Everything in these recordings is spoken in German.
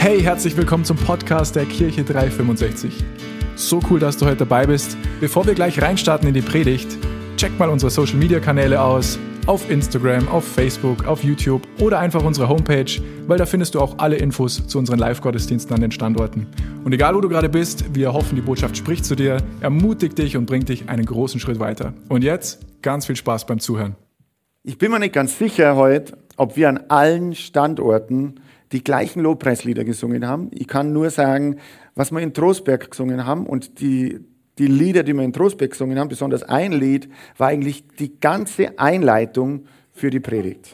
Hey, herzlich willkommen zum Podcast der Kirche 365. So cool, dass du heute dabei bist. Bevor wir gleich reinstarten in die Predigt, check mal unsere Social Media Kanäle aus. Auf Instagram, auf Facebook, auf YouTube oder einfach unsere Homepage, weil da findest du auch alle Infos zu unseren Live-Gottesdiensten an den Standorten. Und egal, wo du gerade bist, wir hoffen, die Botschaft spricht zu dir, ermutigt dich und bringt dich einen großen Schritt weiter. Und jetzt ganz viel Spaß beim Zuhören. Ich bin mir nicht ganz sicher heute, ob wir an allen Standorten die gleichen Lobpreislieder gesungen haben. Ich kann nur sagen, was wir in Trostberg gesungen haben und die Lieder, die wir in Trostberg gesungen haben, besonders ein Lied, war eigentlich die ganze Einleitung für die Predigt.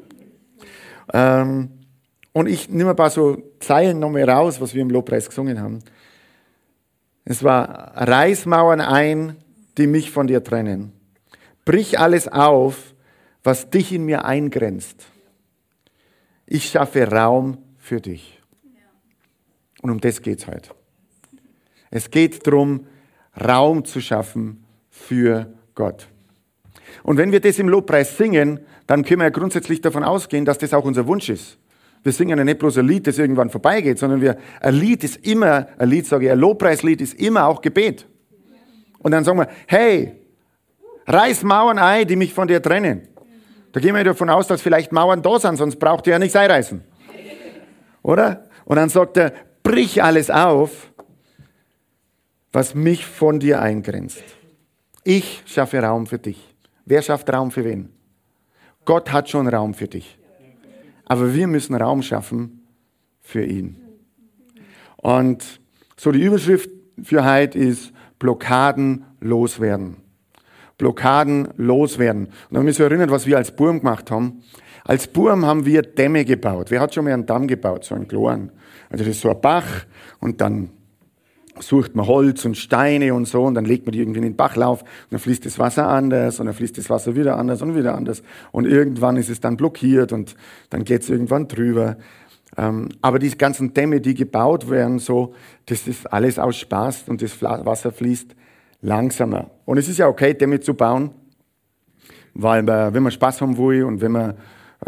Und ich nehme ein paar so Zeilen nochmal raus, was wir im Lobpreis gesungen haben. Es war: Reiß Mauern ein, die mich von dir trennen. Brich alles auf, was dich in mir eingrenzt. Ich schaffe Raum für dich. Und um das geht es heute. Es geht darum, Raum zu schaffen für Gott. Und wenn wir das im Lobpreis singen, dann können wir ja grundsätzlich davon ausgehen, dass das auch unser Wunsch ist. Wir singen ja nicht bloß ein Lied, das irgendwann vorbeigeht, sondern ein Lobpreislied ist immer auch Gebet. Und dann sagen wir: Hey, reiß Mauern ein, die mich von dir trennen. Da gehen wir davon aus, dass vielleicht Mauern da sind, sonst braucht ihr ja nichts einreißen. Oder? Und dann sagt er: Brich alles auf, was mich von dir eingrenzt. Ich schaffe Raum für dich. Wer schafft Raum für wen? Gott hat schon Raum für dich. Aber wir müssen Raum schaffen für ihn. Und so die Überschrift für heute ist: Blockaden loswerden. Blockaden loswerden. Und dann müssen wir erinnern, was wir als Burm gemacht haben. Als Burm haben wir Dämme gebaut. Wer hat schon mal einen Damm gebaut? So einen kleinen. Also das ist so ein Bach und dann sucht man Holz und Steine und so und dann legt man die irgendwie in den Bachlauf und dann fließt das Wasser anders und dann fließt das Wasser wieder anders und wieder anders und irgendwann ist es dann blockiert und dann geht es irgendwann drüber. Aber die ganzen Dämme, die gebaut werden, so, das ist alles aus Spaß und das Wasser fließt langsamer. Und es ist ja okay, Dämme zu bauen, weil wenn man Spaß haben will und wenn man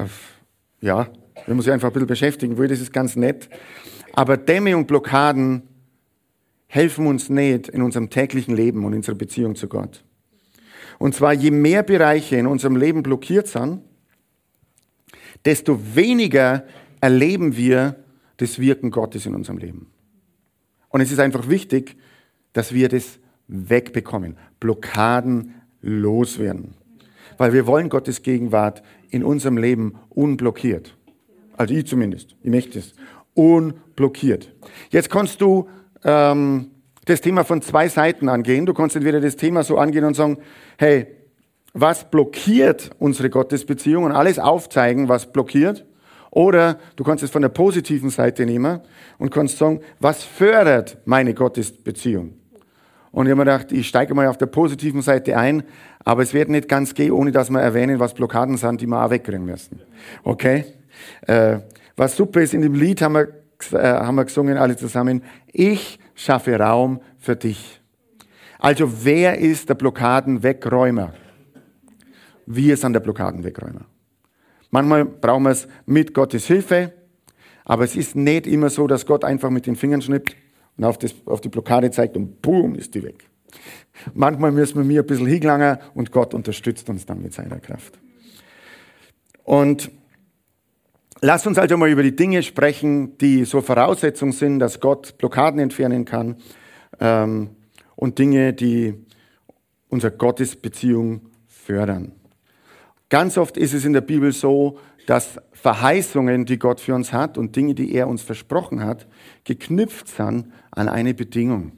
sich einfach ein bisschen beschäftigen will, das ist ganz nett. Aber Dämme und Blockaden helfen uns nicht in unserem täglichen Leben und in unserer Beziehung zu Gott. Und zwar, je mehr Bereiche in unserem Leben blockiert sind, desto weniger erleben wir das Wirken Gottes in unserem Leben. Und es ist einfach wichtig, dass wir das wegbekommen, Blockaden loswerden. Weil wir wollen Gottes Gegenwart in unserem Leben unblockiert. Also ich zumindest, ich möchte es. Unblockiert. Jetzt kannst du das Thema von zwei Seiten angehen. Du kannst entweder das Thema so angehen und sagen: Hey, was blockiert unsere Gottesbeziehung? Und alles aufzeigen, was blockiert. Oder du kannst es von der positiven Seite nehmen und kannst sagen: Was fördert meine Gottesbeziehung? Und ich habe mir gedacht, ich steige mal auf der positiven Seite ein, aber es wird nicht ganz gehen, ohne dass wir erwähnen, was Blockaden sind, die wir auch wegkriegen müssen. Okay? Was super ist, in dem Lied haben wir gesungen, alle zusammen: Ich schaffe Raum für dich. Also wer ist der Blockadenwegräumer? Wir sind der Blockadenwegräumer. Manchmal brauchen wir es mit Gottes Hilfe, aber es ist nicht immer so, dass Gott einfach mit den Fingern schnippt und auf die Blockade zeigt und boom, ist die weg. Manchmal müssen wir mir ein bisschen hingelangen und Gott unterstützt uns dann mit seiner Kraft. Und lass uns also mal über die Dinge sprechen, die so Voraussetzung sind, dass Gott Blockaden entfernen kann, und Dinge, die unsere Gottesbeziehung fördern. Ganz oft ist es in der Bibel so, dass Verheißungen, die Gott für uns hat und Dinge, die er uns versprochen hat, geknüpft sind an eine Bedingung.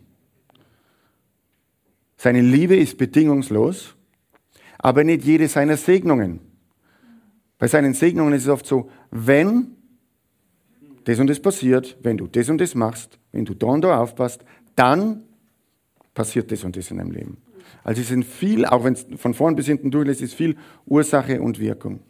Seine Liebe ist bedingungslos, aber nicht jede seiner Segnungen. Bei seinen Segnungen ist es oft so: Wenn das und das passiert, wenn du das und das machst, wenn du da und da aufpasst, dann passiert das und das in deinem Leben. Also es sind viel, auch wenn es von vorn bis hinten durchlässt, ist viel Ursache und Wirkung.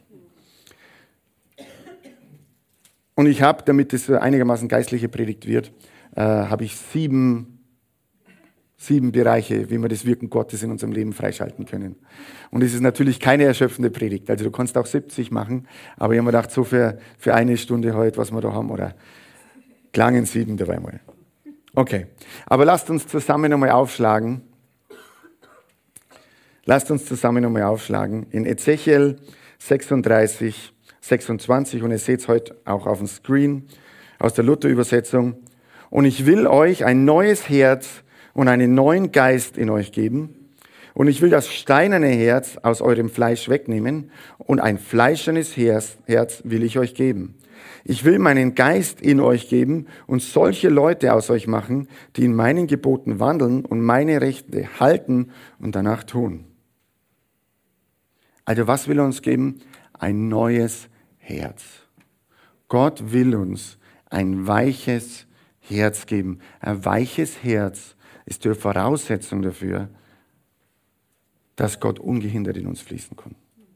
Und ich habe, damit es einigermaßen geistliche Predigt wird, habe ich sieben Bereiche, wie wir das Wirken Gottes in unserem Leben freischalten können. Und es ist natürlich keine erschöpfende Predigt. Also du kannst auch 70 machen, aber ich habe mir gedacht, so für eine Stunde heute, was wir da haben, oder Klangen 7 dabei mal. Okay, aber lasst uns zusammen nochmal aufschlagen. In Ezechiel 36, 26 und ihr seht es heute auch auf dem Screen aus der Luther-Übersetzung. Und ich will euch ein neues Herz und einen neuen Geist in euch geben. Und ich will das steinerne Herz aus eurem Fleisch wegnehmen und ein fleischernes Herz will ich euch geben. Ich will meinen Geist in euch geben und solche Leute aus euch machen, die in meinen Geboten wandeln und meine Rechte halten und danach tun. Also was will er uns geben? Ein neues Herz. Gott will uns ein weiches Herz geben. Ein weiches Herz ist die Voraussetzung dafür, dass Gott ungehindert in uns fließen kann.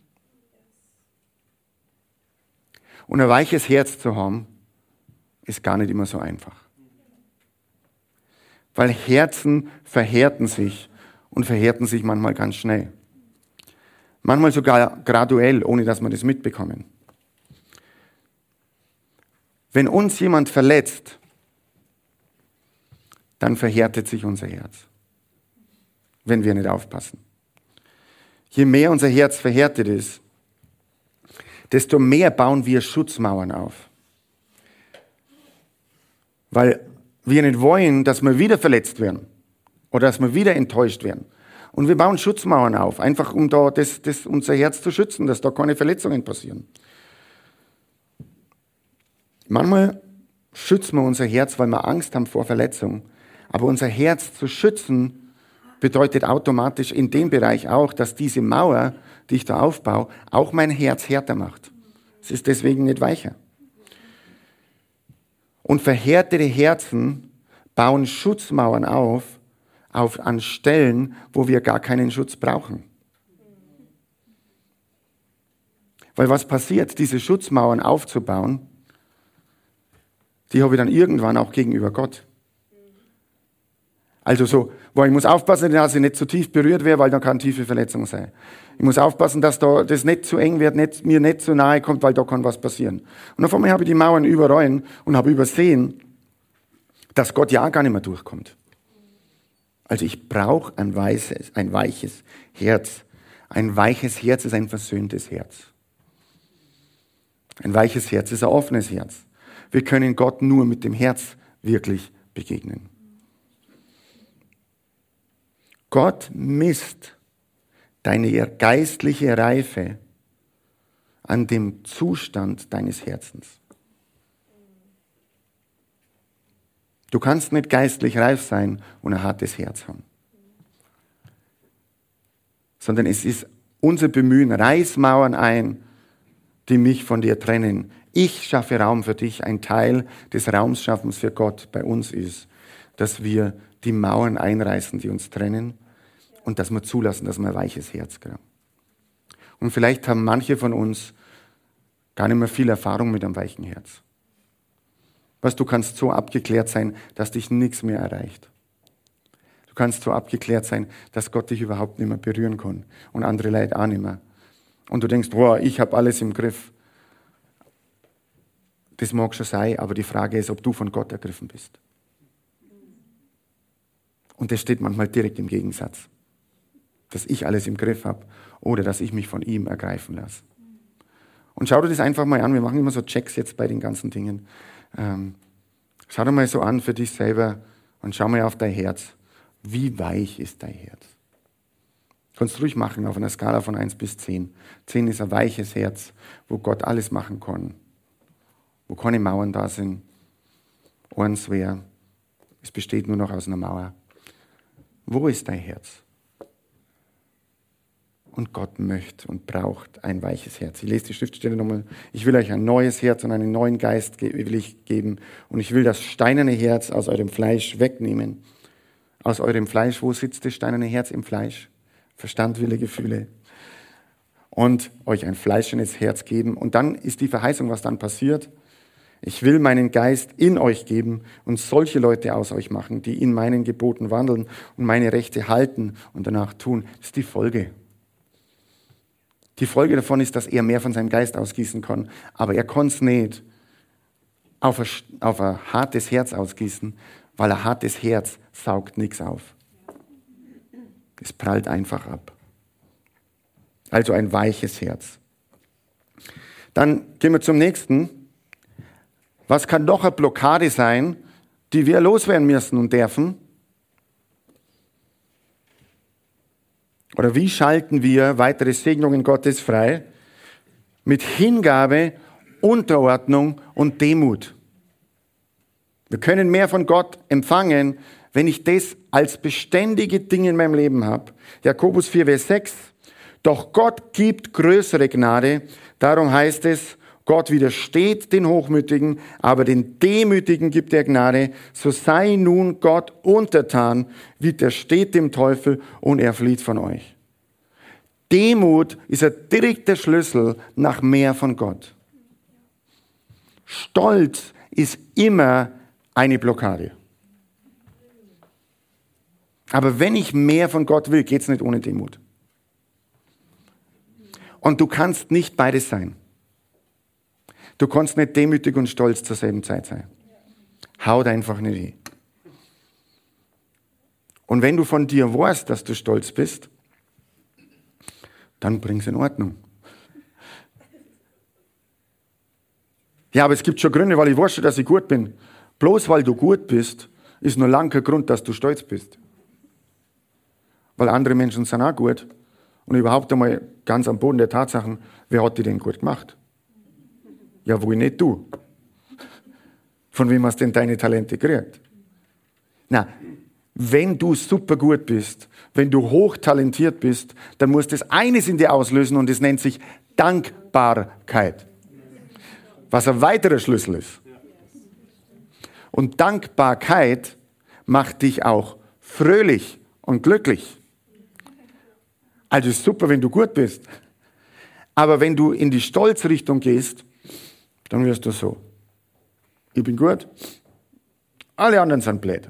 Und ein weiches Herz zu haben, ist gar nicht immer so einfach. Weil Herzen verhärten sich und verhärten sich manchmal ganz schnell. Manchmal sogar graduell, ohne dass wir das mitbekommen. Wenn uns jemand verletzt, dann verhärtet sich unser Herz, wenn wir nicht aufpassen. Je mehr unser Herz verhärtet ist, desto mehr bauen wir Schutzmauern auf. Weil wir nicht wollen, dass wir wieder verletzt werden oder dass wir wieder enttäuscht werden. Und wir bauen Schutzmauern auf, einfach um da unser Herz zu schützen, dass da keine Verletzungen passieren. Manchmal schützen wir unser Herz, weil wir Angst haben vor Verletzung. Aber unser Herz zu schützen bedeutet automatisch in dem Bereich auch, dass diese Mauer, die ich da aufbaue, auch mein Herz härter macht. Es ist deswegen nicht weicher. Und verhärtete Herzen bauen Schutzmauern auf an Stellen, wo wir gar keinen Schutz brauchen. Weil was passiert, diese Schutzmauern aufzubauen, die habe ich dann irgendwann auch gegenüber Gott. Also so, ich muss aufpassen, dass ich nicht zu tief berührt werde, weil dann kann tiefe Verletzung sein. Ich muss aufpassen, dass da das nicht zu eng wird, mir nicht zu nahe kommt, weil da kann was passieren. Und auf einmal habe ich die Mauern überrollen und habe übersehen, dass Gott ja gar nicht mehr durchkommt. Also ich brauche ein weiches Herz. Ein weiches Herz ist ein versöhntes Herz. Ein weiches Herz ist ein offenes Herz. Wir können Gott nur mit dem Herz wirklich begegnen. Gott misst deine geistliche Reife an dem Zustand deines Herzens. Du kannst nicht geistlich reif sein und ein hartes Herz haben. Sondern es ist unser Bemühen, reiß Mauern ein, die mich von dir trennen. Ich schaffe Raum für dich. Ein Teil des Raumschaffens für Gott bei uns ist, dass wir die Mauern einreißen, die uns trennen und dass wir zulassen, dass wir ein weiches Herz kriegen. Und vielleicht haben manche von uns gar nicht mehr viel Erfahrung mit einem weichen Herz. Weißt, du kannst so abgeklärt sein, dass dich nichts mehr erreicht. Du kannst so abgeklärt sein, dass Gott dich überhaupt nicht mehr berühren kann und andere Leute auch nicht mehr. Und du denkst, boah, ich habe alles im Griff. Das mag schon sein, aber die Frage ist, ob du von Gott ergriffen bist. Und das steht manchmal direkt im Gegensatz. Dass ich alles im Griff habe oder dass ich mich von ihm ergreifen lasse. Und schau dir das einfach mal an. Wir machen immer so Checks jetzt bei den ganzen Dingen. Schau dir mal so an für dich selber und schau mal auf dein Herz. Wie weich ist dein Herz? Kannst du ruhig machen auf einer Skala von 1 bis 10. 10 ist ein weiches Herz, wo Gott alles machen kann. Wo keine Mauern da sind. 1 wäre, es besteht nur noch aus einer Mauer. Wo ist dein Herz? Und Gott möchte und braucht ein weiches Herz. Ich lese die Schriftstelle nochmal. Ich will euch ein neues Herz und einen neuen Geist will ich geben. Und ich will das steinerne Herz aus eurem Fleisch wegnehmen. Aus eurem Fleisch, wo sitzt das steinerne Herz? Im Fleisch. Verstand, Wille, Gefühle. Und euch ein fleischernes Herz geben. Und dann ist die Verheißung, was dann passiert. Ich will meinen Geist in euch geben und solche Leute aus euch machen, die in meinen Geboten wandeln und meine Rechte halten und danach tun. Das ist die Folge. Die Folge davon ist, dass er mehr von seinem Geist ausgießen kann. Aber er kann es nicht auf ein hartes Herz ausgießen, weil ein hartes Herz saugt nichts auf. Es prallt einfach ab. Also ein weiches Herz. Dann gehen wir zum nächsten. Was kann noch eine Blockade sein, die wir loswerden müssen und dürfen? Oder wie schalten wir weitere Segnungen Gottes frei? Mit Hingabe, Unterordnung und Demut. Wir können mehr von Gott empfangen, wenn ich das als beständige Dinge in meinem Leben habe. Jakobus 4, Vers 6. Doch Gott gibt größere Gnade. Darum heißt es, Gott widersteht den Hochmütigen, aber den Demütigen gibt er Gnade. So sei nun Gott untertan, widersteht dem Teufel und er flieht von euch. Demut ist ein direkter Schlüssel nach mehr von Gott. Stolz ist immer eine Blockade. Aber wenn ich mehr von Gott will, geht es nicht ohne Demut. Und du kannst nicht beides sein. Du kannst nicht demütig und stolz zur selben Zeit sein. Haut einfach nicht hin. Und wenn du von dir weißt, dass du stolz bist, dann bring's in Ordnung. Ja, aber es gibt schon Gründe, weil ich weiß schon, dass ich gut bin. Bloß weil du gut bist, ist noch lange kein Grund, dass du stolz bist. Weil andere Menschen sind auch gut. Und überhaupt einmal ganz am Boden der Tatsachen, wer hat die denn gut gemacht? Ja, wohl nicht du. Von wem hast denn deine Talente gekriegt? Na, wenn du super gut bist, wenn du hochtalentiert bist, dann muss das eines in dir auslösen und es nennt sich Dankbarkeit. Was ein weiterer Schlüssel ist. Und Dankbarkeit macht dich auch fröhlich und glücklich. Also ist super, wenn du gut bist. Aber wenn du in die Stolzrichtung gehst, dann wirst du so. Ich bin gut, alle anderen sind blöd.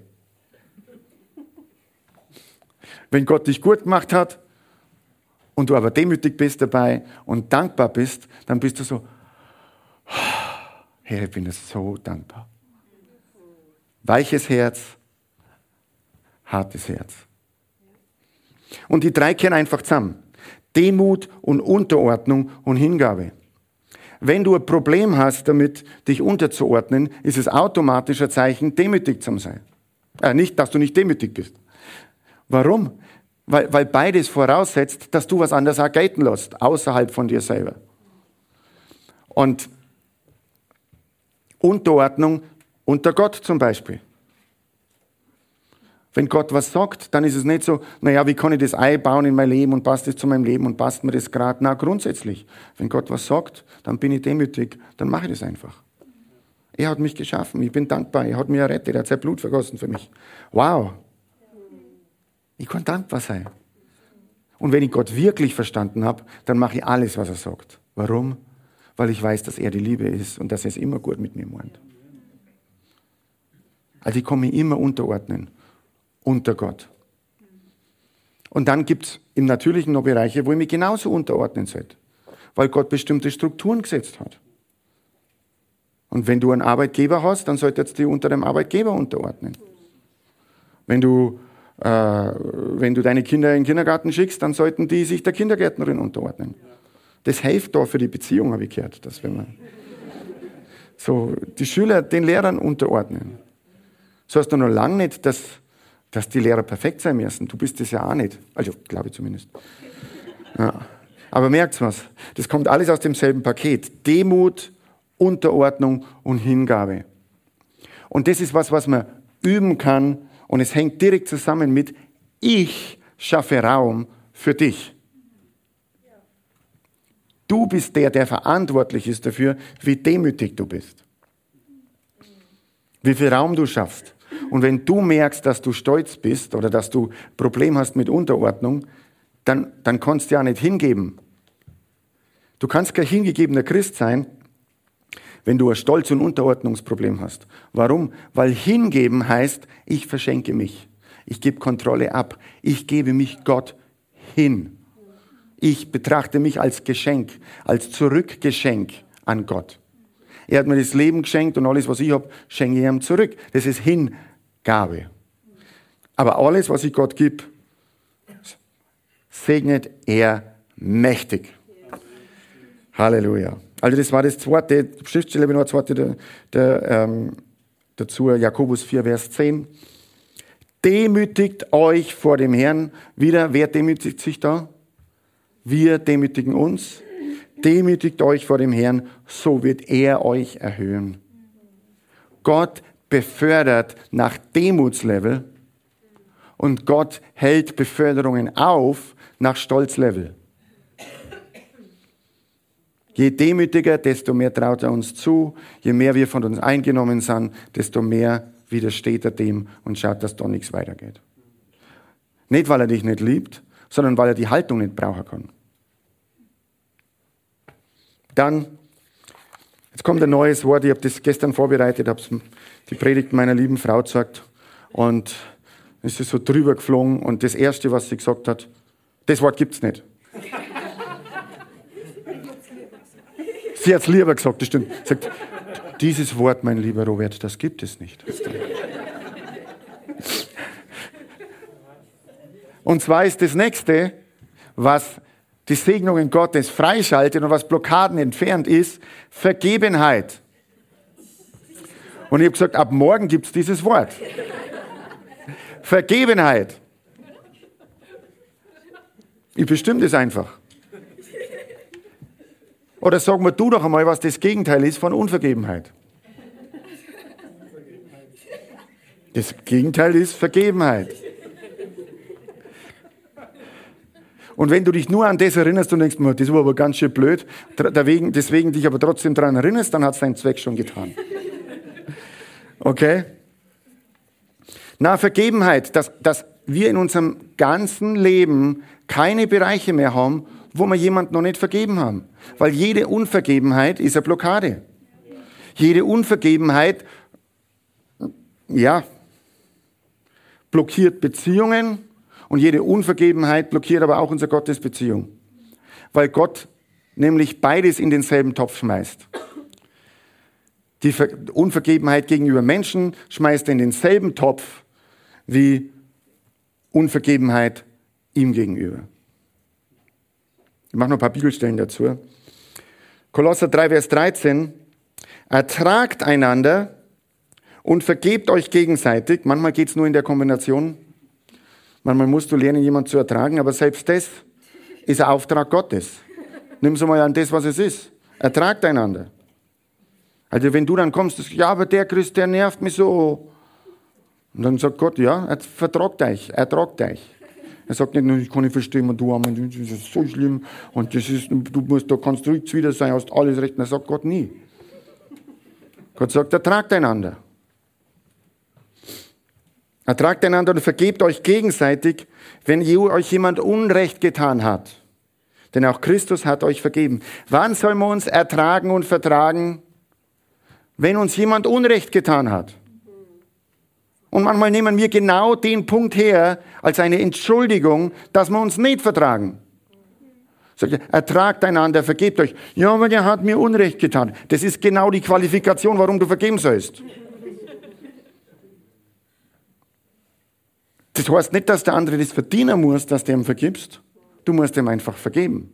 Wenn Gott dich gut gemacht hat und du aber demütig bist dabei und dankbar bist, dann bist du so, Herr, ich bin dir so dankbar. Weiches Herz, hartes Herz. Und die drei kehren einfach zusammen. Demut und Unterordnung und Hingabe. Wenn du ein Problem hast damit, dich unterzuordnen, ist es automatisch ein Zeichen, demütig zu sein. Nicht, dass du nicht demütig bist. Warum? Weil beides voraussetzt, dass du was anderes auch gelten lässt, außerhalb von dir selber. Und Unterordnung unter Gott zum Beispiel. Wenn Gott was sagt, dann ist es nicht so, naja, wie kann ich das einbauen in mein Leben und passt das zu meinem Leben und passt mir das gerade? Na, grundsätzlich. Wenn Gott was sagt, dann bin ich demütig, dann mache ich das einfach. Er hat mich geschaffen, ich bin dankbar, er hat mich errettet, er hat sein Blut vergossen für mich. Wow. Ich kann dankbar sein. Und wenn ich Gott wirklich verstanden habe, dann mache ich alles, was er sagt. Warum? Weil ich weiß, dass er die Liebe ist und dass er es immer gut mit mir meint. Also ich kann mich immer unterordnen. Unter Gott. Und dann gibt es im Natürlichen noch Bereiche, wo ich mich genauso unterordnen sollte, weil Gott bestimmte Strukturen gesetzt hat. Und wenn du einen Arbeitgeber hast, dann solltest du dich unter dem Arbeitgeber unterordnen. Wenn du deine Kinder in den Kindergarten schickst, dann sollten die sich der Kindergärtnerin unterordnen. Das hilft da für die Beziehung, habe ich gehört, dass wenn man so die Schüler den Lehrern unterordnen. So heißt noch lange nicht, dass die Lehrer perfekt sein müssen. Du bist es ja auch nicht. Also, glaube ich zumindest. Ja. Aber merkt's was? Das kommt alles aus demselben Paket. Demut, Unterordnung und Hingabe. Und das ist was man üben kann. Und es hängt direkt zusammen mit, ich schaffe Raum für dich. Du bist der verantwortlich ist dafür, wie demütig du bist. Wie viel Raum du schaffst. Und wenn du merkst, dass du stolz bist oder dass du ein Problem hast mit Unterordnung, dann kannst du ja nicht hingeben. Du kannst kein hingegebener Christ sein, wenn du ein Stolz- und Unterordnungsproblem hast. Warum? Weil hingeben heißt, ich verschenke mich. Ich gebe Kontrolle ab. Ich gebe mich Gott hin. Ich betrachte mich als Geschenk, als Zurückgeschenk an Gott. Er hat mir das Leben geschenkt und alles, was ich habe, schenke ich ihm zurück. Das ist Hingabe. Aber alles, was ich Gott gebe, segnet er mächtig. Halleluja. Also das war das zweite, Schriftstelle habe ich noch ein zweite dazu, Jakobus 4, Vers 10. Demütigt euch vor dem Herrn. Wieder, wer demütigt sich da? Wir demütigen uns. Demütigt euch vor dem Herrn, so wird er euch erhöhen. Gott befördert nach Demutslevel und Gott hält Beförderungen auf nach Stolzlevel. Je demütiger, desto mehr traut er uns zu. Je mehr wir von uns eingenommen sind, desto mehr widersteht er dem und schaut, dass da nichts weitergeht. Nicht, weil er dich nicht liebt, sondern weil er die Haltung nicht brauchen kann. Dann, jetzt kommt ein neues Wort, ich habe das gestern vorbereitet, habe die Predigt meiner lieben Frau gesagt und es ist so drüber geflogen und das Erste, was sie gesagt hat, das Wort gibt es nicht. Sie hat es lieber gesagt, das stimmt. Sie sagt, dieses Wort, mein lieber Robert, das gibt es nicht. Und zwar ist das Nächste, was die Segnungen Gottes freischaltet und was Blockaden entfernt, ist Vergebenheit. Und ich habe gesagt, ab morgen gibt es dieses Wort. Vergebenheit. Ich bestimme das einfach. Oder sag mir du doch einmal, was das Gegenteil ist von Unvergebenheit. Das Gegenteil ist Vergebenheit. Und wenn du dich nur an das erinnerst und denkst, das war aber ganz schön blöd, deswegen dich aber trotzdem daran erinnerst, dann hat es deinen Zweck schon getan. Okay? Na, Vergebenheit, dass wir in unserem ganzen Leben keine Bereiche mehr haben, wo wir jemanden noch nicht vergeben haben. Weil jede Unvergebenheit ist eine Blockade. Jede Unvergebenheit, blockiert Beziehungen und jede Unvergebenheit blockiert aber auch unsere Gottesbeziehung. Weil Gott nämlich beides in denselben Topf schmeißt. Die Unvergebenheit gegenüber Menschen schmeißt er in denselben Topf wie Unvergebenheit ihm gegenüber. Ich mache noch ein paar Bibelstellen dazu. Kolosser 3, Vers 13. Ertragt einander und vergebt euch gegenseitig. Manchmal geht es nur in der Kombination. Manchmal musst du lernen, jemanden zu ertragen, aber selbst das ist ein Auftrag Gottes. Nimm es mal an das, was es ist. Ertragt einander. Also wenn du dann kommst, ja, aber der Christ, der nervt mich so. Und dann sagt Gott, ja, ertragt euch. Er sagt nicht nur, ich kann nicht verstehen, und du, das ist so schlimm und das ist, da kannst du wieder sein, hast alles recht. Das sagt Gott nie. Gott sagt, ertragt einander. Ertragt einander und vergebt euch gegenseitig, wenn euch jemand Unrecht getan hat. Denn auch Christus hat euch vergeben. Wann sollen wir uns ertragen und vertragen? Wenn uns jemand Unrecht getan hat. Und manchmal nehmen wir genau den Punkt her, als eine Entschuldigung, dass wir uns nicht vertragen. Sagt, ertragt einander, vergebt euch. Ja, aber der hat mir Unrecht getan. Das ist genau die Qualifikation, warum du vergeben sollst. Das heißt nicht, dass der andere das verdienen muss, dass du ihm vergibst. Du musst ihm einfach vergeben.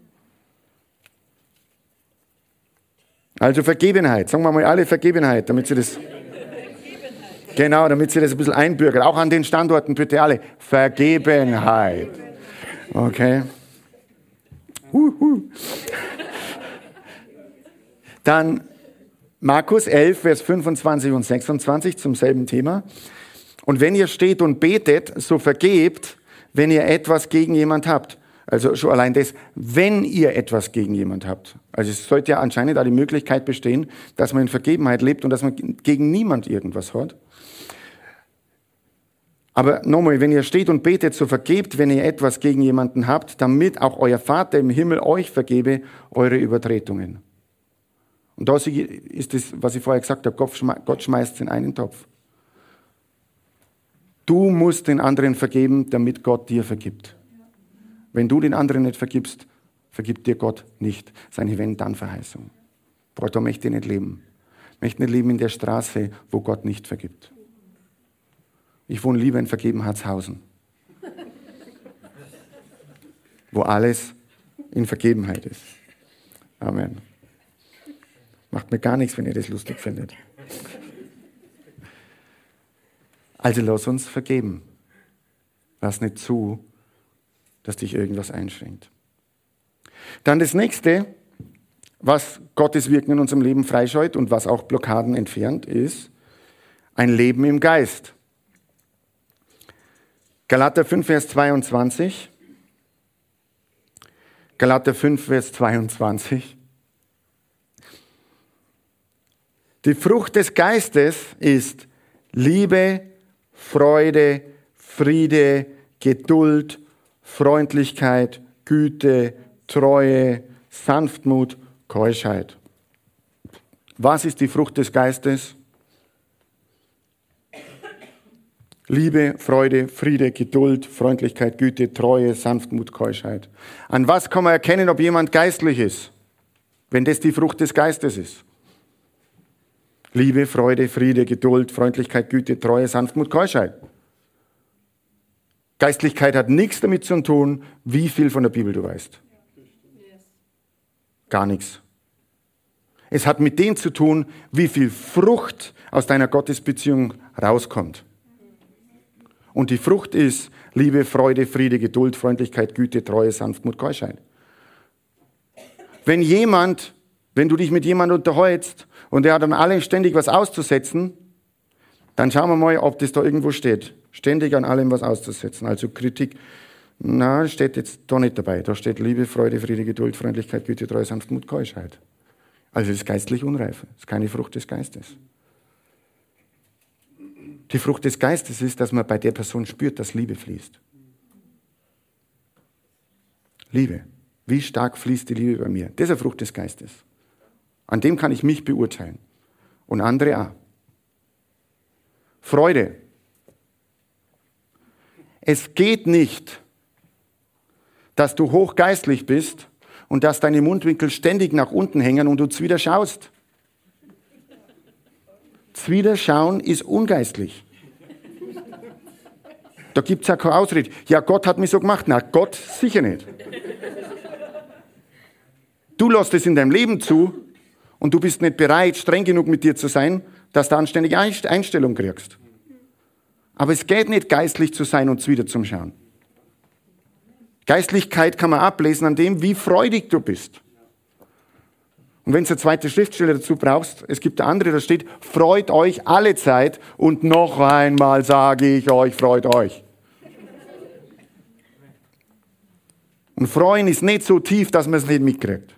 Also Vergebenheit. Sagen wir mal alle Vergebenheit, damit sie das... Genau, damit sie das ein bisschen einbürgern. Auch an den Standorten bitte alle. Vergebenheit. Okay. Dann Markus 11, Vers 25 und 26 zum selben Thema. Und wenn ihr steht und betet, so vergebt, wenn ihr etwas gegen jemand habt. Also schon allein das, wenn ihr etwas gegen jemand habt. Also es sollte ja anscheinend auch die Möglichkeit bestehen, dass man in Vergebenheit lebt und dass man gegen niemand irgendwas hat. Aber nochmal, wenn ihr steht und betet, so vergebt, wenn ihr etwas gegen jemanden habt, damit auch euer Vater im Himmel euch vergebe, eure Übertretungen. Und da ist das, was ich vorher gesagt habe, Gott schmeißt es in einen Topf. Du musst den anderen vergeben, damit Gott dir vergibt. Wenn du den anderen nicht vergibst, vergibt dir Gott nicht seine Wenn-Dann-Verheißung. boah, da möchte ich nicht leben. Ich möchte nicht leben in der Straße, wo Gott nicht vergibt. Ich wohne lieber in Vergebenheitshausen, wo alles in Vergebenheit ist. Amen. Macht mir gar nichts, wenn ihr das lustig findet. Also lass uns vergeben. Lass nicht zu, dass dich irgendwas einschränkt. Dann das nächste, was Gottes Wirken in unserem Leben freischeut und was auch Blockaden entfernt, ist ein Leben im Geist. Galater 5, Vers 22. Galater 5, Vers 22. Die Frucht des Geistes ist Liebe, Freude, Friede, Geduld, Freundlichkeit, Güte, Treue, Sanftmut, Keuschheit. Was ist die Frucht des Geistes? Liebe, Freude, Friede, Geduld, Freundlichkeit, Güte, Treue, Sanftmut, Keuschheit. An was kann man erkennen, ob jemand geistlich ist, wenn das die Frucht des Geistes ist? Liebe, Freude, Friede, Geduld, Freundlichkeit, Güte, Treue, Sanftmut, Keuschheit. Geistlichkeit hat nichts damit zu tun, wie viel von der Bibel du weißt. Gar nichts. Es hat mit dem zu tun, wie viel Frucht aus deiner Gottesbeziehung rauskommt. Und die Frucht ist Liebe, Freude, Friede, Geduld, Freundlichkeit, Güte, Treue, Sanftmut, Keuschheit. Wenn du dich mit jemandem unterhältst und der hat an allem ständig was auszusetzen, dann schauen wir mal, ob das da irgendwo steht. Ständig an allem was auszusetzen. Also Kritik, na, steht jetzt da nicht dabei. Da steht Liebe, Freude, Friede, Geduld, Freundlichkeit, Güte, Treue, Sanftmut, Keuschheit. Also das ist geistlich Unreife. Das ist keine Frucht des Geistes. Die Frucht des Geistes ist, dass man bei der Person spürt, dass Liebe fließt. Liebe. Wie stark fließt die Liebe bei mir? Das ist eine Frucht des Geistes. An dem kann ich mich beurteilen. Und andere auch. Freude. Es geht nicht, dass du hochgeistlich bist und dass deine Mundwinkel ständig nach unten hängen und du zwider schaust. Zwiderschauen ist ungeistlich. Da gibt es ja keine Ausrede. Ja, Gott hat mich so gemacht. Na, Gott sicher nicht. Du lässt es in deinem Leben zu und du bist nicht bereit, streng genug mit dir zu sein, dass du anständige Einstellung kriegst. Aber es geht nicht, geistlich zu sein und zwider zum Schauen. Geistlichkeit kann man ablesen an dem, wie freudig du bist. Und wenn du eine zweite Schriftstelle dazu brauchst, es gibt eine andere, da steht, freut euch alle Zeit und noch einmal sage ich euch, freut euch. Und freuen ist nicht so tief, dass man es nicht mitkriegt.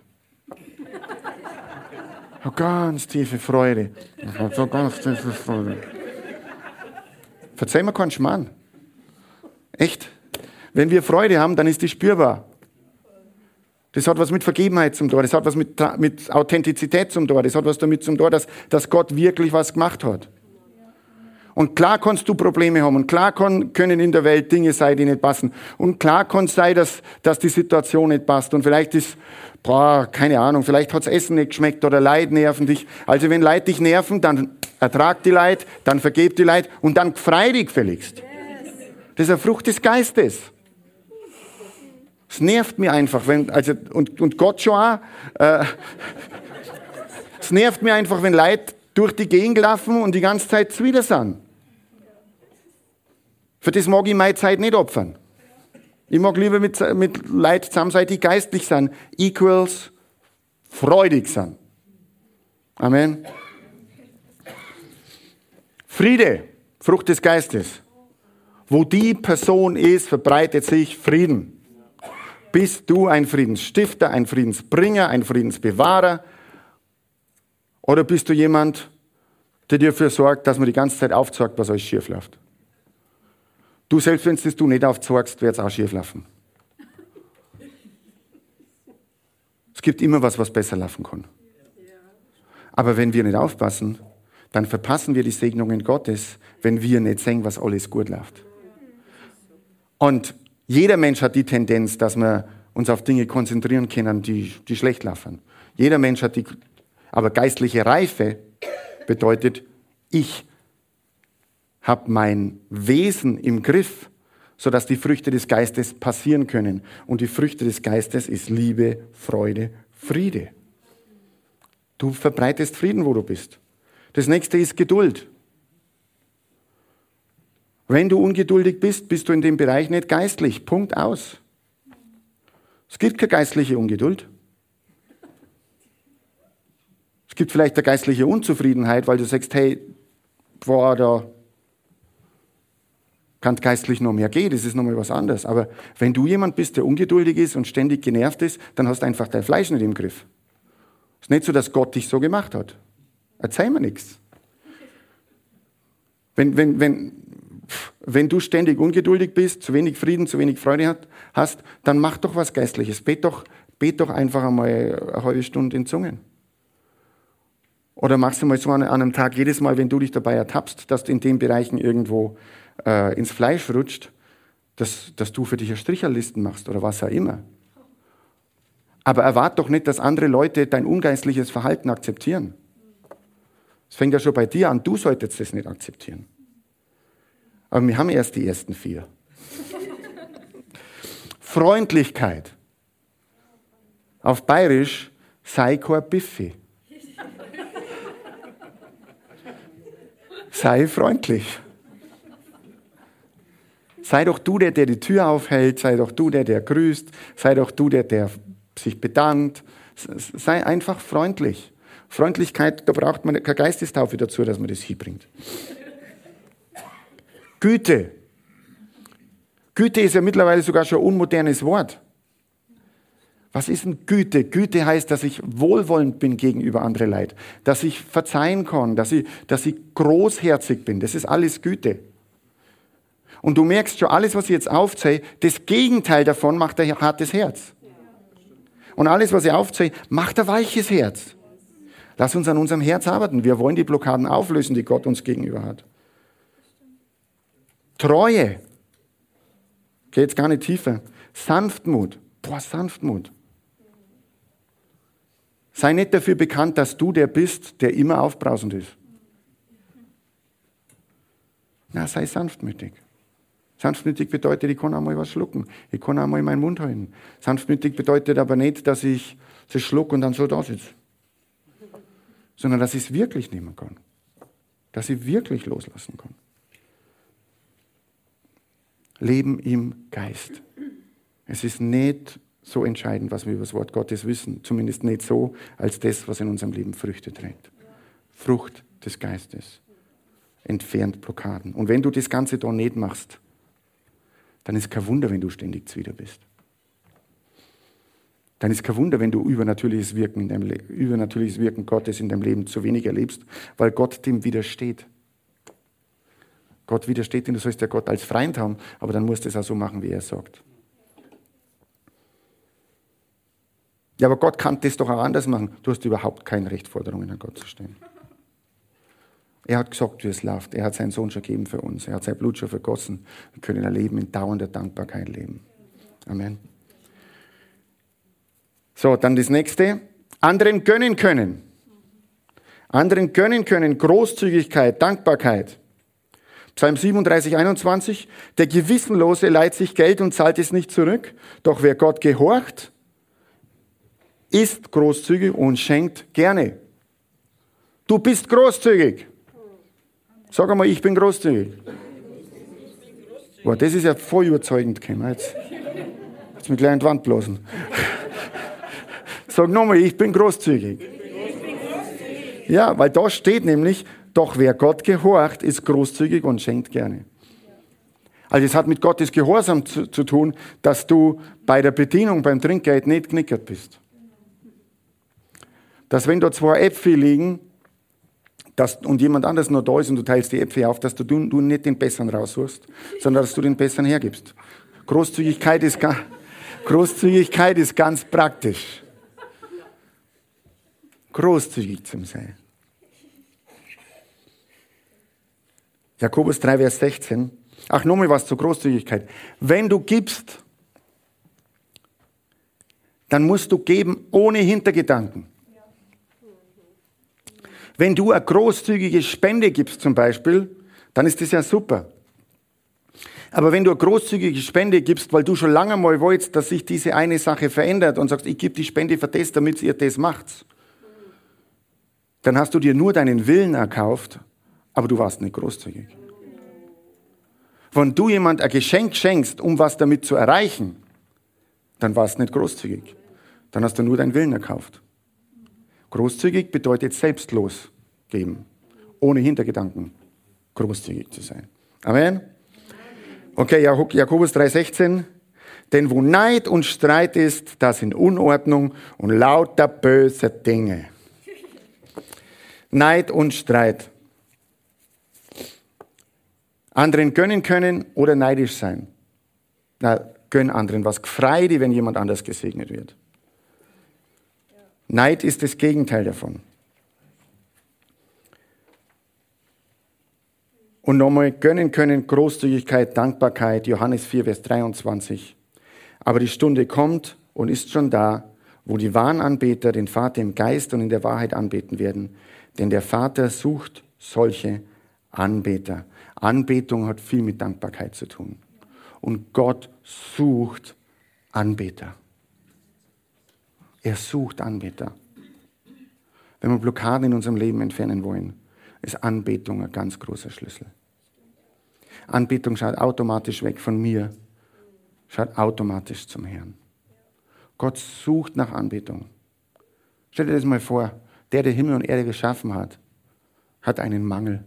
Eine ganz tiefe Freude. So ganz tiefe Freude. Verzeih mir keinen Schmarrn. Echt. Wenn wir Freude haben, dann ist die spürbar. Das hat was mit Vergebenheit zum Tor, das hat was mit Authentizität zum Tor, das hat was damit zum Tor, dass Gott wirklich was gemacht hat. Und klar kannst du Probleme haben und klar können in der Welt Dinge sein, die nicht passen. Und klar kann es sein, dass die Situation nicht passt. Und vielleicht ist, keine Ahnung, vielleicht hat das Essen nicht geschmeckt oder Leid nerven dich. Also wenn Leid dich nerven, dann ertrag die Leid, dann vergeb die Leid und dann frei dich gefälligst. Das ist eine Frucht des Geistes. Es nervt mir einfach, und Gott schon auch. Es nervt mir einfach, wenn Leute durch die Gegend laufen und die ganze Zeit zuwider sind. Für das mag ich meine Zeit nicht opfern. Ich mag lieber mit Leuten zusammen sein, die geistlich sind, equals freudig sind. Amen. Friede, Frucht des Geistes. Wo die Person ist, verbreitet sich Frieden. Bist du ein Friedensstifter, ein Friedensbringer, ein Friedensbewahrer? Oder bist du jemand, der dafür sorgt, dass man die ganze Zeit aufzeigt, was alles schief läuft? Du, selbst wenn du nicht aufzeigst, wird es auch schief laufen. Es gibt immer was besser laufen kann. Aber wenn wir nicht aufpassen, dann verpassen wir die Segnungen Gottes, wenn wir nicht sehen, was alles gut läuft. Und jeder Mensch hat die Tendenz, dass wir uns auf Dinge konzentrieren können, die schlecht laufen. Jeder Mensch hat Aber geistliche Reife bedeutet, ich habe mein Wesen im Griff, sodass die Früchte des Geistes passieren können. Und die Früchte des Geistes ist Liebe, Freude, Friede. Du verbreitest Frieden, wo du bist. Das nächste ist Geduld. Wenn du ungeduldig bist, bist du in dem Bereich nicht geistlich. Punkt aus. Es gibt keine geistliche Ungeduld. Es gibt vielleicht eine geistliche Unzufriedenheit, weil du sagst, hey, boah, da kann geistlich noch mehr gehen, das ist nochmal was anderes. Aber wenn du jemand bist, der ungeduldig ist und ständig genervt ist, dann hast du einfach dein Fleisch nicht im Griff. Es ist nicht so, dass Gott dich so gemacht hat. Erzähl mir nichts. Wenn du ständig ungeduldig bist, zu wenig Frieden, zu wenig Freude hast, dann mach doch was Geistliches. Bet doch einfach einmal eine halbe Stunde in Zungen. Oder mach's einmal so an einem Tag, jedes Mal, wenn du dich dabei ertappst, dass du in den Bereichen irgendwo ins Fleisch rutscht, dass du für dich eine Stricherlisten machst oder was auch immer. Aber erwarte doch nicht, dass andere Leute dein ungeistliches Verhalten akzeptieren. Es fängt ja schon bei dir an, du solltest das nicht akzeptieren. Aber wir haben erst die ersten 4. Freundlichkeit. Auf Bayerisch, sei kein Biffi. Sei freundlich. Sei doch du, der die Tür aufhält. Sei doch du, der grüßt. Sei doch du, der sich bedankt. Sei einfach freundlich. Freundlichkeit, da braucht man keine Geistestaufe dazu, dass man das hinbringt. Güte. Güte ist ja mittlerweile sogar schon ein unmodernes Wort. Was ist denn Güte? Güte heißt, dass ich wohlwollend bin gegenüber anderen Leuten, dass ich verzeihen kann, dass ich großherzig bin. Das ist alles Güte. Und du merkst schon, alles, was ich jetzt aufzähle, das Gegenteil davon macht ein hartes Herz. Und alles, was ich aufzähle, macht ein weiches Herz. Lass uns an unserem Herz arbeiten. Wir wollen die Blockaden auflösen, die Gott uns gegenüber hat. Treue. Geht jetzt gar nicht tiefer. Sanftmut. Sanftmut. Sei nicht dafür bekannt, dass du der bist, der immer aufbrausend ist. Na, sei sanftmütig. Sanftmütig bedeutet, ich kann auch mal was schlucken. Ich kann auch mal meinen Mund halten. Sanftmütig bedeutet aber nicht, dass ich das schlucke und dann so da sitze. Sondern, dass ich es wirklich nehmen kann. Dass ich wirklich loslassen kann. Leben im Geist. Es ist nicht so entscheidend, was wir über das Wort Gottes wissen. Zumindest nicht so, als das, was in unserem Leben Früchte trägt. Frucht des Geistes. Entfernt Blockaden. Und wenn du das Ganze da nicht machst, dann ist kein Wunder, wenn du ständig zuwider bist. Dann ist kein Wunder, wenn du übernatürliches Wirken Gottes in deinem Leben zu wenig erlebst, weil Gott dem widersteht. Gott widersteht, denn du sollst ja Gott als Freund haben, aber dann musst du es auch so machen, wie er sagt. Ja, aber Gott kann das doch auch anders machen. Du hast überhaupt kein Recht, Forderungen an Gott zu stellen. Er hat gesagt, wie es läuft. Er hat seinen Sohn schon gegeben für uns. Er hat sein Blut schon vergossen. Wir können ein Leben in dauernder Dankbarkeit leben. Amen. So, dann das nächste. Anderen gönnen können. Anderen gönnen können. Großzügigkeit, Dankbarkeit. Psalm 37, 21. Der Gewissenlose leiht sich Geld und zahlt es nicht zurück. Doch wer Gott gehorcht, ist großzügig und schenkt gerne. Du bist großzügig. Sag einmal, ich bin großzügig. Boah, das ist ja voll überzeugend gekommen. Jetzt mich gleich an die Wand blasen. Sag nochmal, ich bin großzügig. Ja, weil da steht nämlich, doch wer Gott gehorcht, ist großzügig und schenkt gerne. Also es hat mit Gottes Gehorsam zu tun, dass du bei der Bedienung, beim Trinkgeld nicht knickert bist. Dass wenn da 2 Äpfel liegen und jemand anderes noch da ist und du teilst die Äpfel auf, dass du nicht den Besseren raussuchst, sondern dass du den Besseren hergibst. Großzügigkeit ist ganz praktisch. Großzügig zu sein. Jakobus 3, Vers 16. Ach, nochmal was zur Großzügigkeit. Wenn du gibst, dann musst du geben ohne Hintergedanken. Wenn du eine großzügige Spende gibst zum Beispiel, dann ist das ja super. Aber wenn du eine großzügige Spende gibst, weil du schon lange mal wolltest, dass sich diese eine Sache verändert und sagst, ich gebe die Spende für das, damit ihr das macht, dann hast du dir nur deinen Willen erkauft, aber du warst nicht großzügig. Wenn du jemand ein Geschenk schenkst, um was damit zu erreichen, dann warst du nicht großzügig. Dann hast du nur deinen Willen erkauft. Großzügig bedeutet selbstlos geben, ohne Hintergedanken großzügig zu sein. Amen. Okay, Jakobus 3,16. Denn wo Neid und Streit ist, da sind Unordnung und lauter böse Dinge. Neid und Streit. Anderen gönnen können oder neidisch sein. Na, gönn anderen was. Freu dich, wenn jemand anders gesegnet wird. Neid ist das Gegenteil davon. Und nochmal, gönnen können, Großzügigkeit, Dankbarkeit, Johannes 4, Vers 23. Aber die Stunde kommt und ist schon da, wo die wahren Anbeter den Vater im Geist und in der Wahrheit anbeten werden. Denn der Vater sucht solche Anbeter. Anbetung hat viel mit Dankbarkeit zu tun. Und Gott sucht Anbeter. Er sucht Anbeter. Wenn wir Blockaden in unserem Leben entfernen wollen, ist Anbetung ein ganz großer Schlüssel. Anbetung schaut automatisch weg von mir, schaut automatisch zum Herrn. Gott sucht nach Anbetung. Stell dir das mal vor, der Himmel und Erde geschaffen hat, hat einen Mangel.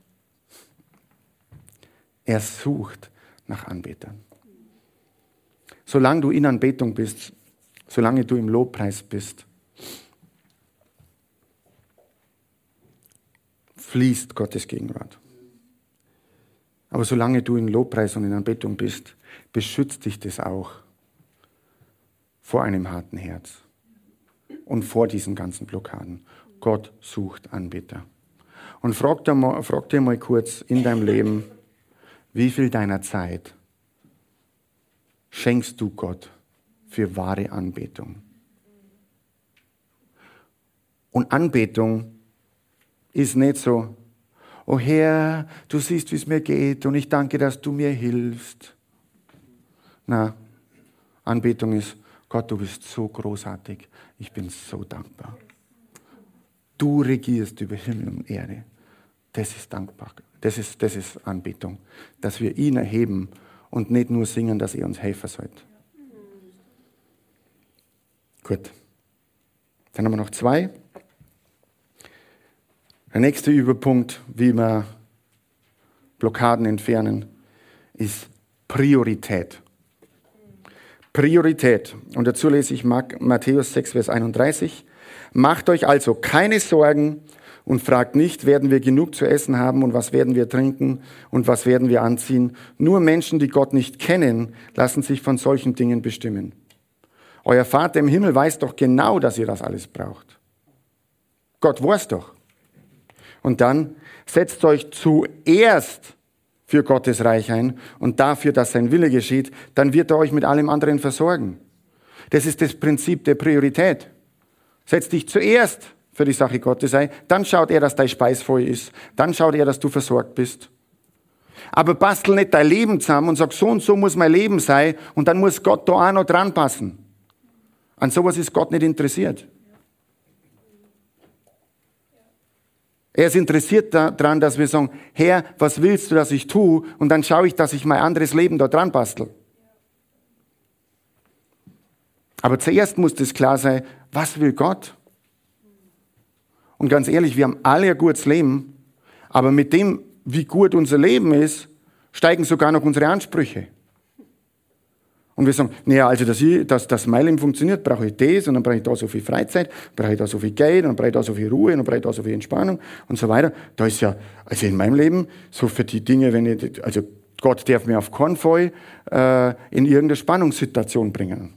Er sucht nach Anbetern. Solange du in Anbetung bist, solange du im Lobpreis bist, fließt Gottes Gegenwart. Aber solange du in Lobpreis und in Anbetung bist, beschützt dich das auch vor einem harten Herz und vor diesen ganzen Blockaden. Gott sucht Anbeter. Und frag dir mal kurz in deinem Leben, wie viel deiner Zeit schenkst du Gott für wahre Anbetung? Und Anbetung ist nicht so, oh Herr, du siehst, wie es mir geht und ich danke, dass du mir hilfst. Na, Anbetung ist, Gott, du bist so großartig, ich bin so dankbar. Du regierst über Himmel und Erde. Das ist dankbar. Das ist Anbetung, dass wir ihn erheben und nicht nur singen, dass er uns helfen sollte. Gut. Dann haben wir noch 2. Der nächste Überpunkt, wie wir Blockaden entfernen, ist Priorität. Priorität. Und dazu lese ich Matthäus 6, Vers 31. Macht euch also keine Sorgen und fragt nicht, werden wir genug zu essen haben und was werden wir trinken und was werden wir anziehen. Nur Menschen, die Gott nicht kennen, lassen sich von solchen Dingen bestimmen. Euer Vater im Himmel weiß doch genau, dass ihr das alles braucht. Gott weiß doch. Und dann setzt euch zuerst für Gottes Reich ein und dafür, dass sein Wille geschieht, dann wird er euch mit allem anderen versorgen. Das ist das Prinzip der Priorität. Setz dich zuerst für die Sache Gottes ein, dann schaut er, dass dein Speis voll ist, dann schaut er, dass du versorgt bist. Aber bastel nicht dein Leben zusammen und sag, so und so muss mein Leben sein und dann muss Gott da auch noch dran passen. An sowas ist Gott nicht interessiert. Er ist interessiert daran, dass wir sagen, Herr, was willst du, dass ich tue? Und dann schaue ich, dass ich mein anderes Leben da dran bastel. Aber zuerst muss das klar sein, was will Gott? Und ganz ehrlich, wir haben alle ein gutes Leben, aber mit dem, wie gut unser Leben ist, steigen sogar noch unsere Ansprüche. Und wir sagen, naja, also dass mein Leben funktioniert, brauche ich das und dann brauche ich da so viel Freizeit, brauche ich da so viel Geld und dann brauche ich da so viel Ruhe und dann brauche ich da so viel Entspannung und so weiter. Da ist ja, also in meinem Leben, so für die Dinge, also Gott darf mir auf keinen Fall in irgendeine Spannungssituation bringen.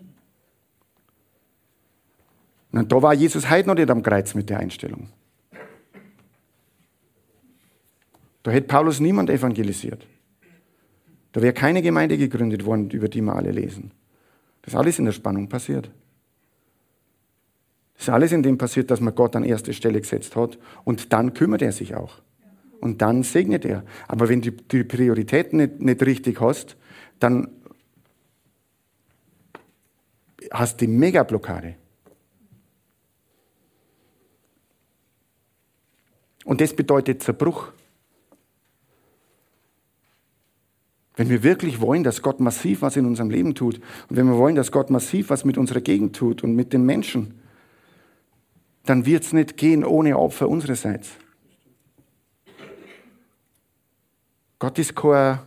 Und da war Jesus heute noch nicht am Kreuz mit der Einstellung. Da hätte Paulus niemand evangelisiert. Da wäre keine Gemeinde gegründet worden, über die wir alle lesen. Das ist alles in der Spannung passiert. Das ist alles in dem passiert, dass man Gott an erste Stelle gesetzt hat und dann kümmert er sich auch. Und dann segnet er. Aber wenn du die Prioritäten nicht richtig hast, dann hast du die Mega-Blockade. Und das bedeutet Zerbruch. Wenn wir wirklich wollen, dass Gott massiv was in unserem Leben tut und wenn wir wollen, dass Gott massiv was mit unserer Gegend tut und mit den Menschen, dann wird es nicht gehen ohne Opfer unsererseits. Gott ist kein,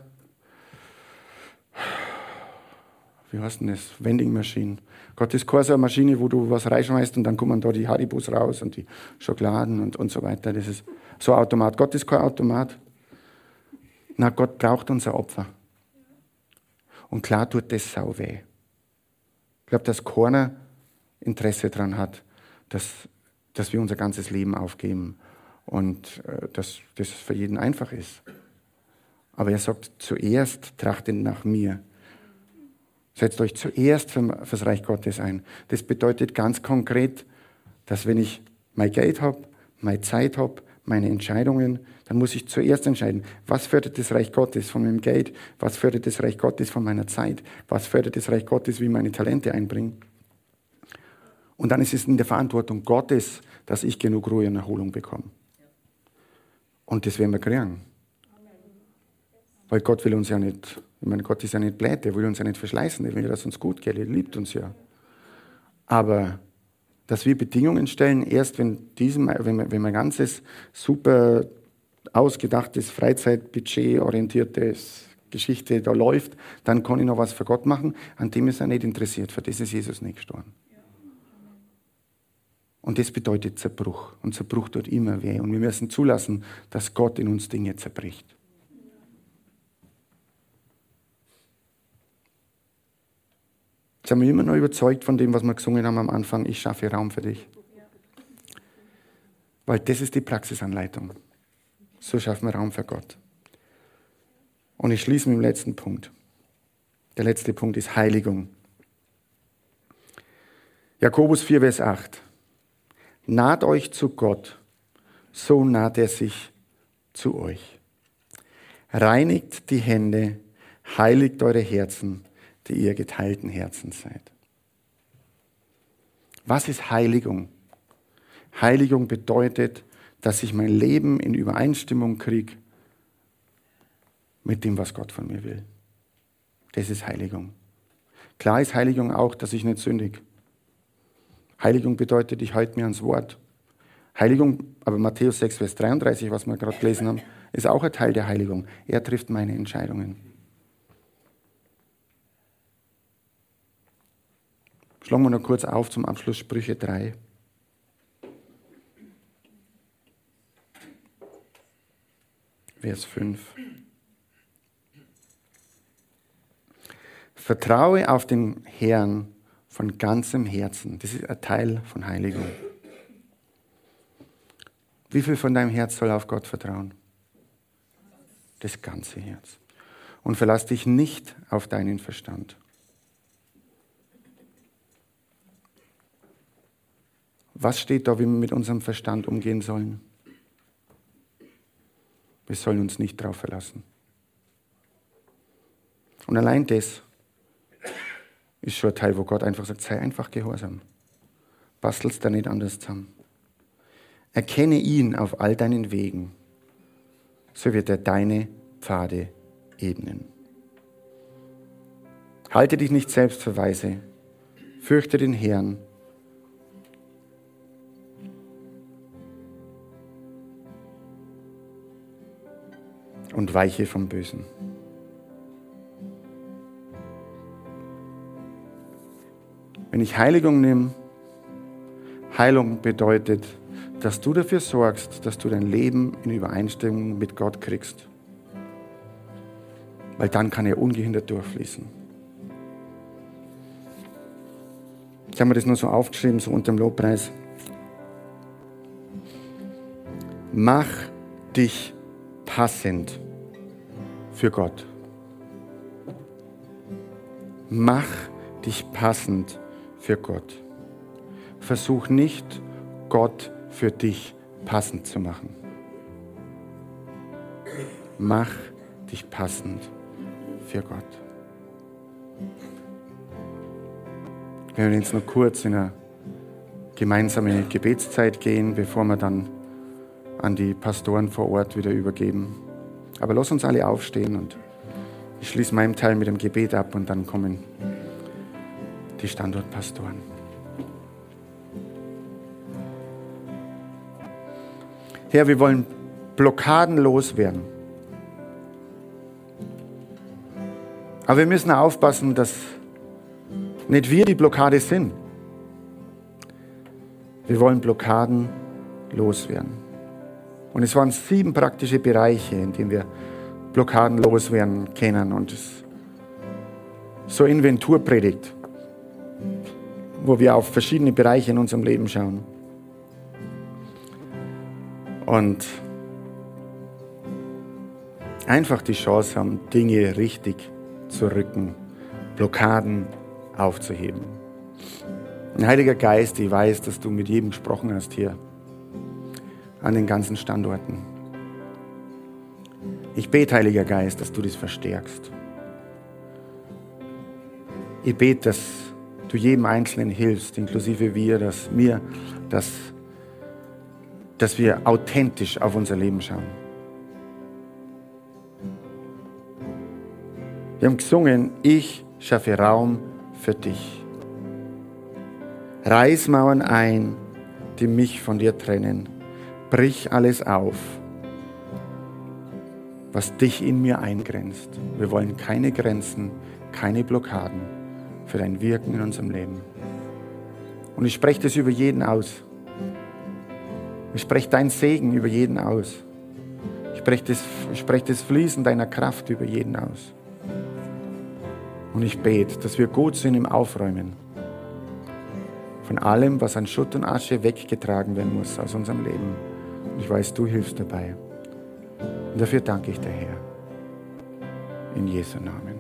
wie heißt denn das, Vending Machine. Gott ist keine so eine Maschine, wo du was reinschmeißt und dann kommen da die Haribos raus und die Schokoladen und so weiter. Das ist so ein Automat. Gott ist kein Automat. Na, Gott braucht unser Opfer. Und klar tut das sau weh. Ich glaube, dass keiner Interesse daran hat, dass wir unser ganzes Leben aufgeben und dass das für jeden einfach ist. Aber er sagt, zuerst trachtet nach mir. Setzt euch zuerst fürs Reich Gottes ein. Das bedeutet ganz konkret, dass wenn ich mein Geld habe, meine Zeit habe, meine Entscheidungen, dann muss ich zuerst entscheiden, was fördert das Reich Gottes von meinem Geld, was fördert das Reich Gottes von meiner Zeit, was fördert das Reich Gottes, wie ich meine Talente einbringe. Und dann ist es in der Verantwortung Gottes, dass ich genug Ruhe und Erholung bekomme. Und das werden wir kriegen. Weil Gott will uns ja nicht, ich meine, Gott ist ja nicht blöd, er will uns ja nicht verschleißen, er will, dass es uns gut geht, er liebt uns ja. Aber dass wir Bedingungen stellen, erst wenn mein ganzes super ausgedachtes, freizeitbudget-orientiertes Geschichte da läuft, dann kann ich noch was für Gott machen, an dem ist er nicht interessiert, für das ist Jesus nicht gestorben. Und das bedeutet Zerbruch. Und Zerbruch tut immer weh. Und wir müssen zulassen, dass Gott in uns Dinge zerbricht. Jetzt haben wir immer noch überzeugt von dem, was wir gesungen haben am Anfang, ich schaffe Raum für dich. Weil das ist die Praxisanleitung. So schaffen wir Raum für Gott. Und ich schließe mit dem letzten Punkt. Der letzte Punkt ist Heiligung. Jakobus 4, Vers 8. Naht euch zu Gott, so naht er sich zu euch. Reinigt die Hände, heiligt eure Herzen, die ihr geteilten Herzen seid. Was ist Heiligung? Heiligung bedeutet, dass ich mein Leben in Übereinstimmung kriege mit dem, was Gott von mir will. Das ist Heiligung. Klar ist Heiligung auch, dass ich nicht sündige. Heiligung bedeutet, ich halte mir ans Wort. Heiligung, aber Matthäus 6, Vers 33, was wir gerade gelesen haben, ist auch ein Teil der Heiligung. Er trifft meine Entscheidungen. Schlagen wir noch kurz auf zum Abschluss Sprüche 3. Vers 5. Vertraue auf den Herrn von ganzem Herzen. Das ist ein Teil von Heiligung. Wie viel von deinem Herz soll auf Gott vertrauen? Das ganze Herz. Und verlass dich nicht auf deinen Verstand. Was steht da, wie wir mit unserem Verstand umgehen sollen? Wir sollen uns nicht darauf verlassen. Und allein das ist schon ein Teil, wo Gott einfach sagt, sei einfach gehorsam. Bastelst da nicht anders zusammen. Erkenne ihn auf all deinen Wegen, so wird er deine Pfade ebnen. Halte dich nicht selbst für weise, fürchte den Herrn und weiche vom Bösen. Wenn ich Heiligung nehme, Heilung bedeutet, dass du dafür sorgst, dass du dein Leben in Übereinstimmung mit Gott kriegst. Weil dann kann er ungehindert durchfließen. Ich habe mir das nur so aufgeschrieben, so unter dem Lobpreis. Mach dich passend für Gott. Mach dich passend für Gott. versuch nicht, Gott für dich passend zu machen. Mach dich passend für Gott. Wir werden jetzt noch kurz in eine gemeinsame Gebetszeit gehen, bevor wir dann an die Pastoren vor Ort wieder übergeben. Aber lass uns alle aufstehen und ich schließe meinen Teil mit dem Gebet ab und dann kommen die Standortpastoren. Herr, wir wollen Blockaden loswerden. Aber wir müssen aufpassen, dass nicht wir die Blockade sind. Wir wollen Blockaden loswerden. Und es waren 7 praktische Bereiche, in denen wir Blockaden loswerden können. Und es ist so eine Inventurpredigt, wo wir auf verschiedene Bereiche in unserem Leben schauen. Und einfach die Chance haben, Dinge richtig zu rücken, Blockaden aufzuheben. Ein Heiliger Geist, ich weiß, dass du mit jedem gesprochen hast hier an den ganzen Standorten. Ich bete, Heiliger Geist, dass du das verstärkst. Ich bete, dass du jedem Einzelnen hilfst, inklusive wir, dass wir authentisch auf unser Leben schauen. Wir haben gesungen, ich schaffe Raum für dich. Reiß Mauern ein, die mich von dir trennen. Brich alles auf, was dich in mir eingrenzt. Wir wollen keine Grenzen, keine Blockaden für dein Wirken in unserem Leben. Und ich spreche das über jeden aus. Ich spreche deinen Segen über jeden aus. Ich spreche das Fließen deiner Kraft über jeden aus. Und ich bete, dass wir gut sind im Aufräumen von allem, was an Schutt und Asche weggetragen werden muss aus unserem Leben. Und ich weiß, du hilfst dabei. Und dafür danke ich dir, Herr. In Jesu Namen.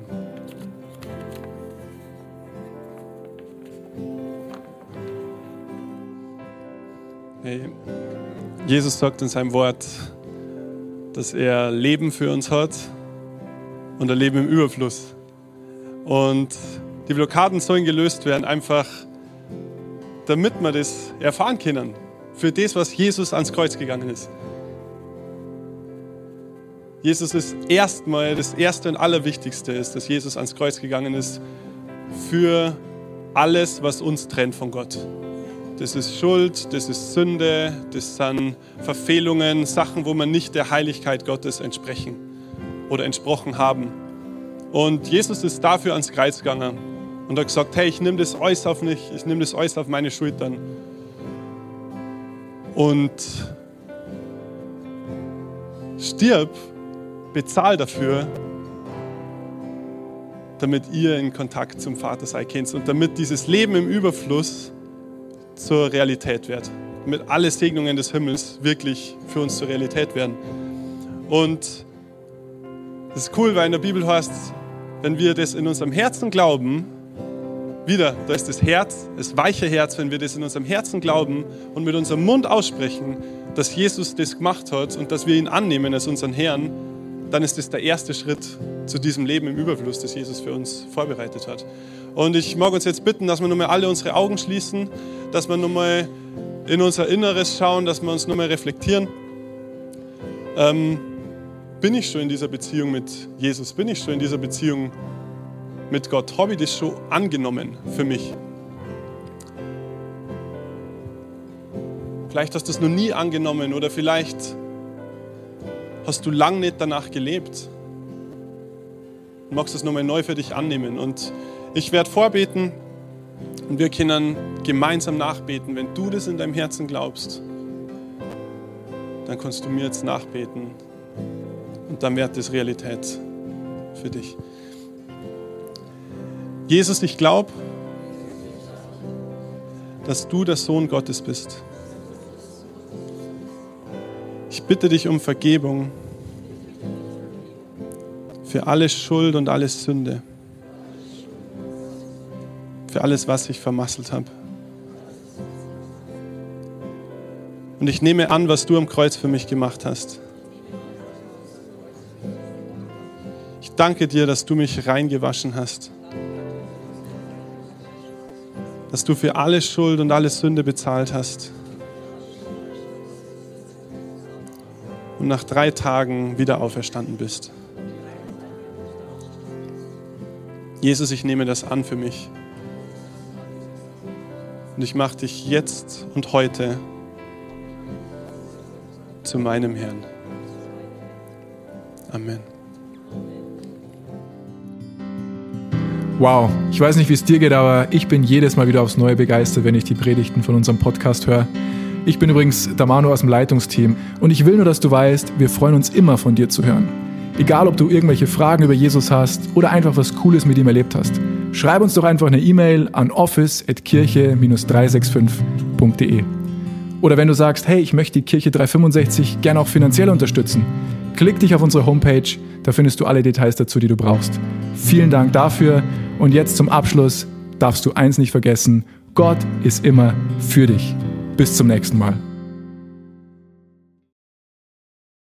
Hey, Jesus sagt in seinem Wort, dass er Leben für uns hat und ein Leben im Überfluss. Und die Blockaden sollen gelöst werden, einfach damit wir das erfahren können. Für das, was Jesus ans Kreuz gegangen ist. Jesus ist erstmal, das Erste und Allerwichtigste ist, dass Jesus ans Kreuz gegangen ist für alles, was uns trennt von Gott. Das ist Schuld, das ist Sünde, das sind Verfehlungen, Sachen, wo wir nicht der Heiligkeit Gottes entsprechen oder entsprochen haben. Und Jesus ist dafür ans Kreuz gegangen und hat gesagt, hey, ich nehme das alles auf mich, ich nehme das alles auf meine Schultern. Und stirb, bezahl dafür, damit ihr in Kontakt zum Vater seid könnt und damit dieses Leben im Überfluss zur Realität wird. Damit alle Segnungen des Himmels wirklich für uns zur Realität werden. Und das ist cool, weil in der Bibel heißt, wenn wir das in unserem Herzen glauben, wieder, da ist das Herz, das weiche Herz, wenn wir das in unserem Herzen glauben und mit unserem Mund aussprechen, dass Jesus das gemacht hat und dass wir ihn annehmen als unseren Herrn, dann ist das der erste Schritt zu diesem Leben im Überfluss, das Jesus für uns vorbereitet hat. Und ich mag uns jetzt bitten, dass wir nochmal alle unsere Augen schließen, dass wir nochmal in unser Inneres schauen, dass wir uns nochmal reflektieren. Bin ich schon in dieser Beziehung mit Jesus? Bin ich schon in dieser Beziehung mit Gott? Habe ich das schon angenommen für mich? Vielleicht hast du es noch nie angenommen oder vielleicht hast du lange nicht danach gelebt und magst es nochmal neu für dich annehmen. Und ich werde vorbeten und wir können gemeinsam nachbeten. Wenn du das in deinem Herzen glaubst, dann kannst du mir jetzt nachbeten. Und dann wird das Realität für dich. Jesus, ich glaube, dass du der Sohn Gottes bist. Ich bitte dich um Vergebung für alle Schuld und alle Sünde. Für alles, was ich vermasselt habe. Und ich nehme an, was du am Kreuz für mich gemacht hast. Ich danke dir, dass du mich reingewaschen hast. Dass du für alle Schuld und alle Sünde bezahlt hast. Und nach 3 Tagen wieder auferstanden bist. Jesus, ich nehme das an für mich. Und ich mache dich jetzt und heute zu meinem Herrn. Amen. Wow, ich weiß nicht, wie es dir geht, aber ich bin jedes Mal wieder aufs Neue begeistert, wenn ich die Predigten von unserem Podcast höre. Ich bin übrigens der Manu aus dem Leitungsteam und ich will nur, dass du weißt, wir freuen uns immer von dir zu hören. Egal, ob du irgendwelche Fragen über Jesus hast oder einfach was Cooles mit ihm erlebt hast. Schreib uns doch einfach eine E-Mail an office@kirche-365.de. Oder wenn du sagst, hey, ich möchte die Kirche 365 gerne auch finanziell unterstützen, klick dich auf unsere Homepage, da findest du alle Details dazu, die du brauchst. Vielen Dank dafür und jetzt zum Abschluss darfst du eins nicht vergessen, Gott ist immer für dich. Bis zum nächsten Mal.